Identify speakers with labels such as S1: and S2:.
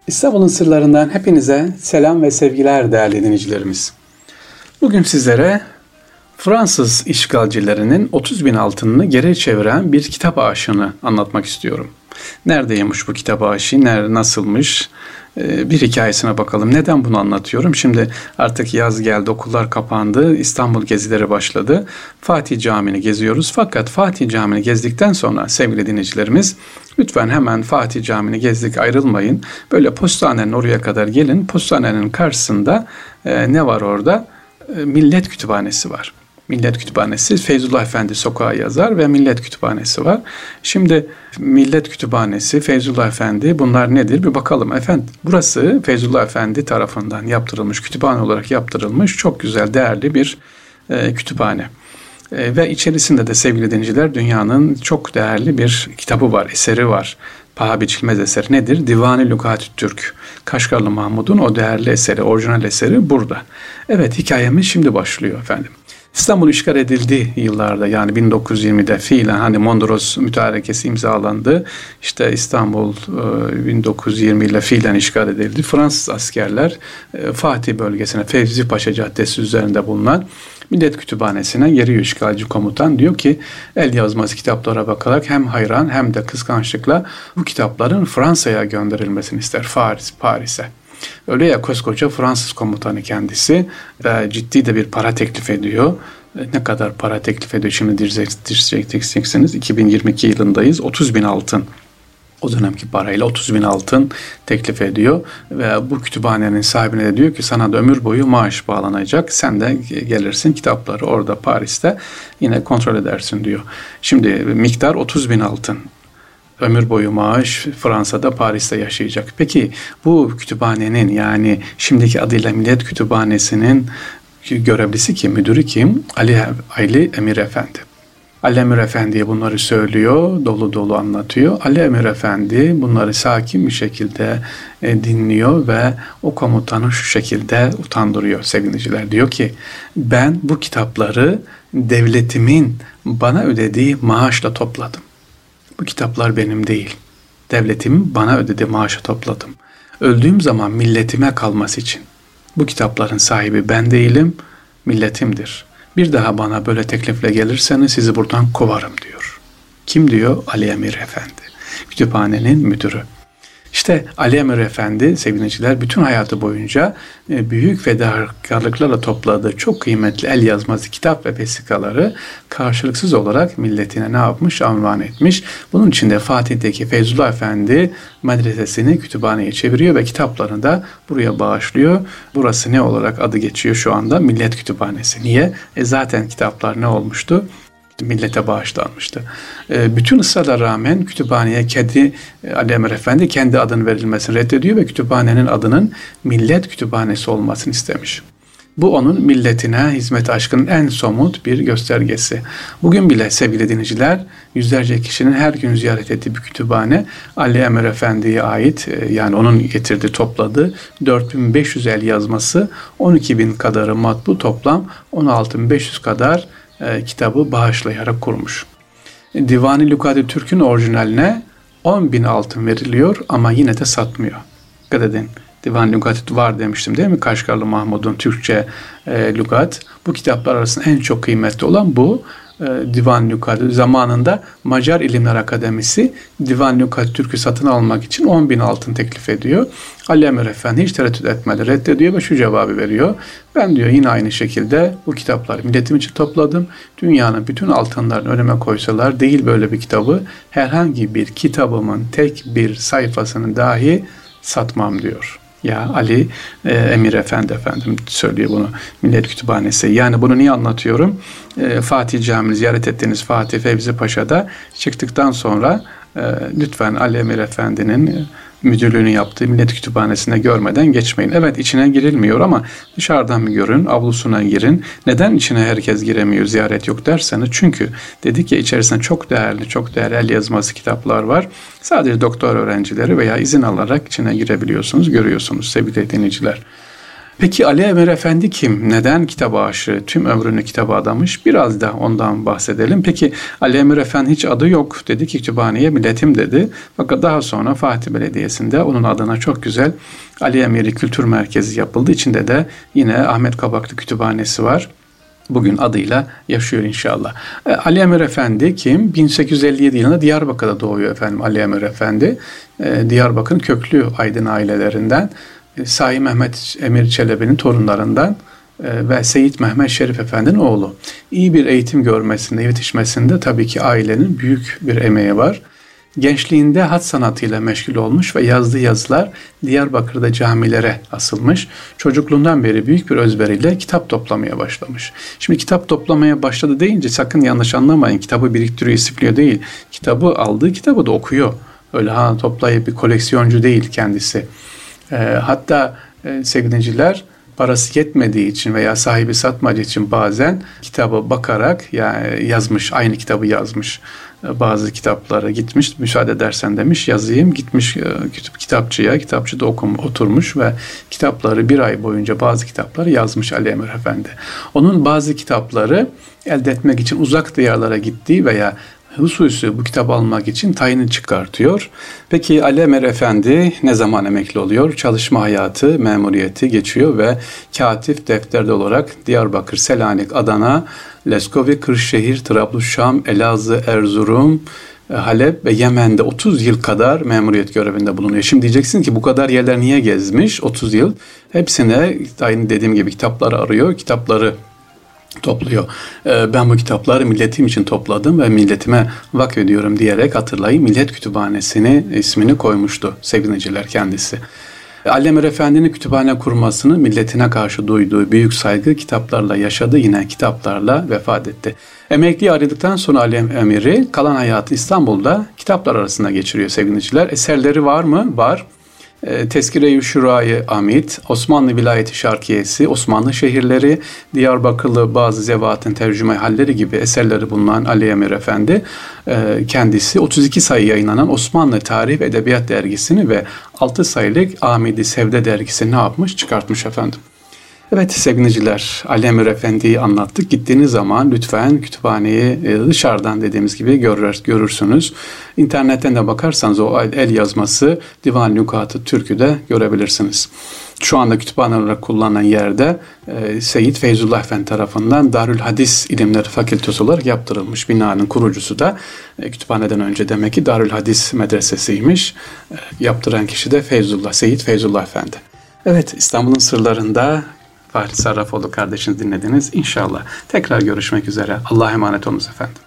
S1: İstanbul'un sırlarından hepinize selam ve sevgiler değerli dinleyicilerimiz. Bugün sizlere Fransız işgalcilerinin 30 bin altınını geri çeviren bir kitap aşını anlatmak istiyorum. Neredeymiş bu kitap aşı, nasılmış? Bir hikayesine bakalım. Neden bunu anlatıyorum? Şimdi artık yaz geldi, okullar kapandı, İstanbul gezileri başladı. Fatih Camii'ni geziyoruz. Fakat Fatih Camii'ni gezdikten sonra sevgili dinleyicilerimiz, lütfen hemen Fatih Camii'ni gezdik ayrılmayın. Böyle postanenin oraya kadar gelin. Postanenin karşısında ne var orada? Millet Kütüphanesi var. Millet Kütüphanesi, Feyzullah Efendi Sokağı yazar ve Millet Kütüphanesi var. Şimdi Millet Kütüphanesi, Feyzullah Efendi bunlar nedir? Bir bakalım efendim. Burası Feyzullah Efendi tarafından yaptırılmış, kütüphane olarak yaptırılmış çok güzel, değerli bir kütüphane. Ve içerisinde de sevgili dinleyiciler dünyanın çok değerli bir kitabı var, eseri var. Paha biçilmez eser nedir? Divan-ı Lügat-ı Türk. Kaşgarlı Mahmud'un o değerli eseri, orijinal eseri burada. Evet, hikayemiz şimdi başlıyor efendim. İstanbul işgal edildiği yıllarda, yani 1920'de fiilen Mondros Mütarekesi imzalandı. İşte İstanbul 1920 ile fiilen işgal edildi. Fransız askerler Fatih bölgesine, Fevzi Paşa Caddesi üzerinde bulunan Millet Kütüphanesi'ne geliyor işgalci komutan. Diyor ki el yazması kitaplara bakarak hem hayran hem de kıskançlıkla bu kitapların Fransa'ya gönderilmesini ister. Paris'e. Öyle ya, koskoca Fransız komutanı kendisi ve ciddi de bir para teklif ediyor. Ne kadar para teklif ediyor şimdi diyeceksiniz. 2022 yılındayız. 30 bin altın. O dönemki parayla 30 bin altın teklif ediyor. Ve bu kütüphanenin sahibine de diyor ki sana da ömür boyu maaş bağlanacak. Sen de gelirsin kitapları orada Paris'te yine kontrol edersin diyor. Şimdi miktar 30 bin altın. Ömür boyu maaş, Fransa'da, Paris'te yaşayacak. Peki bu kütüphanenin, yani şimdiki adıyla Millet Kütüphanesi'nin görevlisi kim, müdürü kim? Ali Emir Efendi. Ali Emir Efendi'ye bunları söylüyor, dolu dolu anlatıyor. Ali Emir Efendi bunları sakin bir şekilde dinliyor ve o komutanı şu şekilde utandırıyor sevgiliciler. Diyor ki ben bu kitapları devletimin bana ödediği maaşla topladım. Bu kitaplar benim değil. Devletimin bana ödediği maaşa topladım. Öldüğüm zaman milletime kalması için. Bu kitapların sahibi ben değilim, milletimdir. Bir daha bana böyle teklifle gelirseniz sizi buradan kovarım diyor. Kim diyor? Ali Emir Efendi. Kütüphanenin müdürü. İşte Ali Emir Efendi sevgiliciler bütün hayatı boyunca büyük fedakarlıklarla topladığı çok kıymetli el yazması kitap ve vesikaları karşılıksız olarak milletine ne yapmış? Armağan etmiş. Bunun için de Fatih'teki Feyzullah Efendi medresesini kütüphaneye çeviriyor ve kitaplarını da buraya bağışlıyor. Burası ne olarak adı geçiyor şu anda? Millet Kütüphanesi. Niye? Zaten kitaplar ne olmuştu? Millete bağışlanmıştı. Bütün ısrarlara rağmen kütüphaneye Ali Emir Efendi kendi adının verilmesini reddediyor ve kütüphanenin adının Millet Kütüphanesi olmasını istemiş. Bu onun milletine hizmet aşkının en somut bir göstergesi. Bugün bile sevgili dinleyiciler yüzlerce kişinin her gün ziyaret ettiği bir kütüphane Ali Emir Efendi'ye ait, yani onun getirdiği topladığı 4500 el yazması, 12.000 kadarı matbu, toplam 16.500 kadar kitabı bağışlayarak kurmuş. Divan-ı Lügat-ı Türk'ün orijinaline 10.000 altın veriliyor ama yine de satmıyor. Dikkat edin. Divan-ı Lügat var demiştim değil mi? Kaşgarlı Mahmud'un Türkçe lügat. Bu kitaplar arasında en çok kıymetli olan bu. Divan-ı Lügat zamanında Macar İlimler Akademisi Divan-ı Lügat Türk'ü satın almak için 10.000 altın teklif ediyor. Ali Emir Efendi hiç tereddüt etmedi, reddediyor ve şu cevabı veriyor. Ben diyor yine aynı şekilde bu kitapları milletim için topladım. Dünyanın bütün altınlarını önüme koysalar değil böyle bir kitabı, herhangi bir kitabımın tek bir sayfasını dahi satmam diyor. Ya Ali Emir Efendi söylüyor bunu Millet Kütüphanesi. Yani bunu niye anlatıyorum? Fatih Camii'ni ziyaret ettiğiniz Fatih Fevzi Paşa'da çıktıktan sonra lütfen Ali Emir Efendi'nin müdürlüğünü yaptığı Millet Kütüphanesi'ne görmeden geçmeyin. Evet, içine girilmiyor ama dışarıdan bir görün, avlusuna girin. Neden içine herkes giremiyor, ziyaret yok derseniz, çünkü dedik ya içerisinde çok değerli el yazması kitaplar var. Sadece doktor öğrencileri veya izin alarak içine girebiliyorsunuz, görüyorsunuz sevgili dinleyiciler. Peki Ali Emir Efendi kim? Neden kitaba aşığı? Tüm ömrünü kitaba adamış. Biraz da ondan bahsedelim. Peki Ali Emir Efendi hiç adı yok. Dedi ki kütüphaneye milletim dedi. Fakat daha sonra Fatih Belediyesi'nde onun adına çok güzel Ali Emiri Kültür Merkezi yapıldı. İçinde de yine Ahmet Kabaklı Kütüphanesi var. Bugün adıyla yaşıyor inşallah. Ali Emir Efendi kim? 1857 yılında Diyarbakır'da doğuyor efendim Ali Emir Efendi. Diyarbakır'ın köklü aydın ailelerinden. Sahi Mehmet Emir Çelebi'nin torunlarından ve Seyit Mehmet Şerif Efendi'nin oğlu. İyi bir eğitim görmesinde, yetişmesinde tabii ki ailenin büyük bir emeği var. Gençliğinde hat sanatıyla meşgul olmuş ve yazdığı yazılar Diyarbakır'da camilere asılmış. Çocukluğundan beri büyük bir özveriyle kitap toplamaya başlamış. Şimdi kitap toplamaya başladı deyince sakın yanlış anlamayın. Kitabı biriktiriyor, isipliyor değil. Aldığı kitabı da okuyor. Öyle toplayıp bir koleksiyoncu değil kendisi. Hatta sevgiliciler parası yetmediği için veya sahibi satmadığı için bazen kitaba bakarak yazmış, aynı kitabı yazmış. Bazı kitaplara gitmiş, müsaade edersen demiş yazayım, gitmiş kitapçıya, kitapçıda oturmuş ve kitapları bir ay boyunca bazı kitapları yazmış Ali Emir Efendi. Onun bazı kitapları elde etmek için uzak diyarlara gittiği veya hususi bu kitabı almak için tayini çıkartıyor. Peki Ali Emir Efendi ne zaman emekli oluyor? Çalışma hayatı, memuriyeti geçiyor ve katip defterde olarak Diyarbakır, Selanik, Adana, Leskovi, Kırşehir, Trablusşam, Elazığ, Erzurum, Halep ve Yemen'de 30 yıl kadar memuriyet görevinde bulunuyor. Şimdi diyeceksin ki bu kadar yerler niye gezmiş 30 yıl? Hepsine aynı dediğim gibi kitapları arıyor, kitapları topluyor. Ben bu kitapları milletim için topladım ve milletime vakfediyorum diyerek hatırlayın Millet Kütüphanesi'ni ismini koymuştu sevgiliciler kendisi. Ali Emir Efendi'nin kütüphane kurmasını milletine karşı duyduğu büyük saygı kitaplarla yaşadı, yine kitaplarla vefat etti. Emekliye ayrıldıktan sonra Ali Emir'i kalan hayatı İstanbul'da kitaplar arasında geçiriyor sevgiliciler. Eserleri var mı? Var. Tezkire-i Şurayı Amit, Osmanlı Vilayeti Şarkiyesi, Osmanlı Şehirleri, Diyarbakırlı bazı zevatın tercüme halleri gibi eserleri bulunan Ali Emir Efendi kendisi 32 sayı yayınlanan Osmanlı Tarih ve Edebiyat Dergisi'ni ve 6 sayılık Amidi Sevde Dergisi'ni ne yapmış? Çıkartmış efendim. Evet sevgiliciler, Ali Emir Efendi'yi anlattık. Gittiğiniz zaman lütfen kütüphaneyi dışarıdan dediğimiz gibi görürsünüz. İnternetten de bakarsanız o el yazması Divan Lügat-ı Türk'ü görebilirsiniz. Şu anda kütüphane olarak kullanılan yerde Seyyid Feyzullah Efendi tarafından Darül Hadis İlimleri Fakültesi olarak yaptırılmış. Binanın kurucusu da kütüphaneden önce demek ki Darül Hadis Medresesi'ymiş. Yaptıran kişi de Seyyid Feyzullah Efendi. Evet, İstanbul'un sırlarında Fahri Sarrafoğlu kardeşiniz dinlediniz. İnşallah tekrar görüşmek üzere. Allah'a emanet olunuz efendim.